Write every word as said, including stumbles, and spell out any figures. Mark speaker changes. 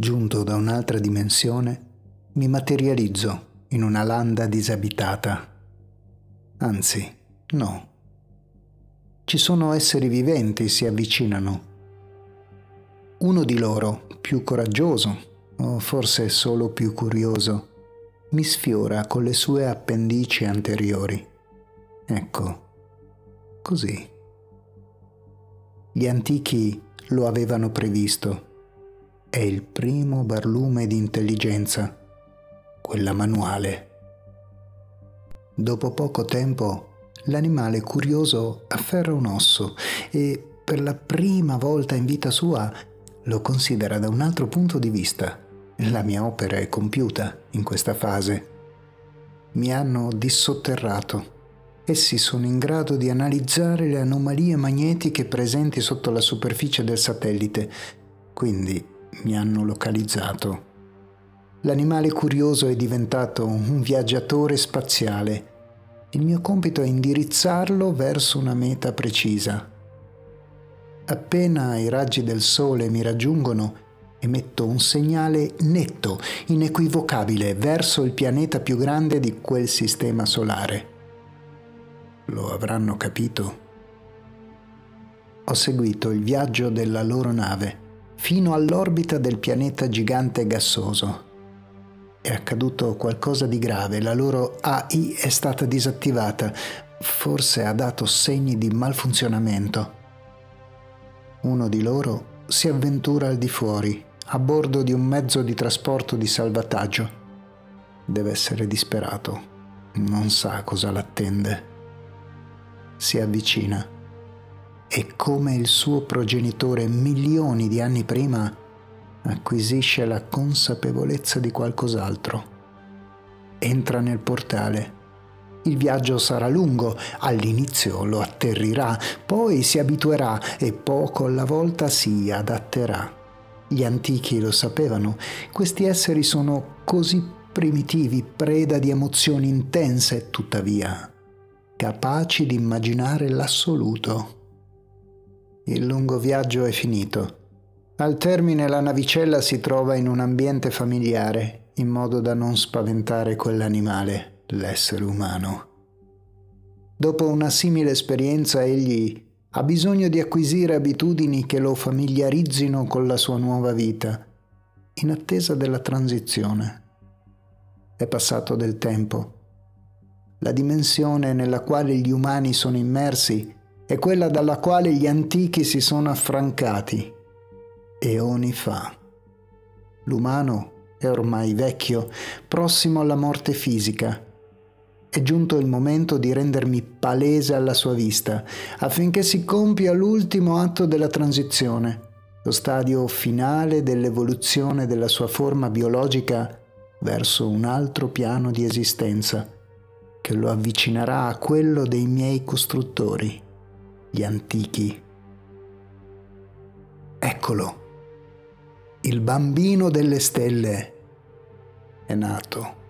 Speaker 1: Giunto da un'altra dimensione, mi materializzo in una landa disabitata. Anzi, no. Ci sono esseri viventi, si avvicinano. Uno di loro, più coraggioso, o forse solo più curioso, mi sfiora con le sue appendici anteriori. Ecco, così. Gli antichi lo avevano previsto. È il primo barlume di intelligenza, quella manuale. Dopo poco tempo, l'animale curioso afferra un osso e, per la prima volta in vita sua, lo considera da un altro punto di vista. La mia opera è compiuta in questa fase. Mi hanno dissotterrato. Essi sono in grado di analizzare le anomalie magnetiche presenti sotto la superficie del satellite, quindi mi hanno localizzato. L'animale curioso è diventato un viaggiatore spaziale. Il mio compito è indirizzarlo verso una meta precisa. Appena i raggi del sole mi raggiungono, emetto un segnale netto, inequivocabile, verso il pianeta più grande di quel sistema solare. Lo avranno capito? Ho seguito il viaggio della loro nave fino all'orbita del pianeta gigante gassoso. È accaduto qualcosa di grave, la loro A I è stata disattivata, forse ha dato segni di malfunzionamento. Uno di loro si avventura al di fuori, a bordo di un mezzo di trasporto di salvataggio. Deve essere disperato, non sa cosa l'attende. Si avvicina e, come il suo progenitore milioni di anni prima, acquisisce la consapevolezza di qualcos'altro. Entra nel portale. Il viaggio sarà lungo, all'inizio lo atterrirà, poi si abituerà e poco alla volta si adatterà. Gli antichi lo sapevano, questi esseri sono così primitivi, preda di emozioni intense, tuttavia capaci di immaginare l'assoluto. Il lungo viaggio è finito. Al termine la navicella si trova in un ambiente familiare, in modo da non spaventare quell'animale, l'essere umano. Dopo una simile esperienza egli ha bisogno di acquisire abitudini che lo familiarizzino con la sua nuova vita, in attesa della transizione. È passato del tempo. La dimensione nella quale gli umani sono immersi è quella dalla quale gli antichi si sono affrancati eoni fa. L'umano è ormai vecchio, prossimo alla morte fisica. È giunto il momento di rendermi palese alla sua vista, affinché si compia l'ultimo atto della transizione, lo stadio finale dell'evoluzione della sua forma biologica verso un altro piano di esistenza, che lo avvicinerà a quello dei miei costruttori, gli antichi. Eccolo, il bambino delle stelle è nato.